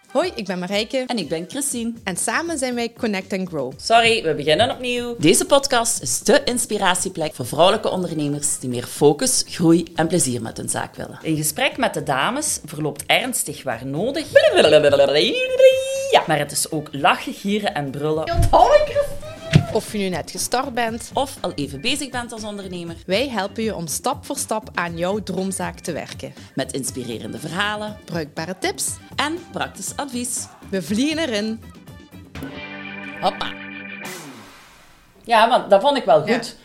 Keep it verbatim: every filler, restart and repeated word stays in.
Hoi, ik ben Marijke. En ik ben Christine. En samen zijn wij Connect and Grow. Sorry, we beginnen opnieuw. Deze podcast is de inspiratieplek voor vrouwelijke ondernemers die meer focus, groei en plezier met hun zaak willen. Een gesprek met de dames verloopt ernstig waar nodig. Ja, maar het is ook lachen, gieren en brullen. Of je nu net gestart bent, Of al even bezig bent als ondernemer. wij helpen je om stap voor stap aan jouw droomzaak te werken. Met inspirerende verhalen Bruikbare tips, en praktisch advies. we vliegen erin. Hoppa. Ja, want dat vond ik wel goed.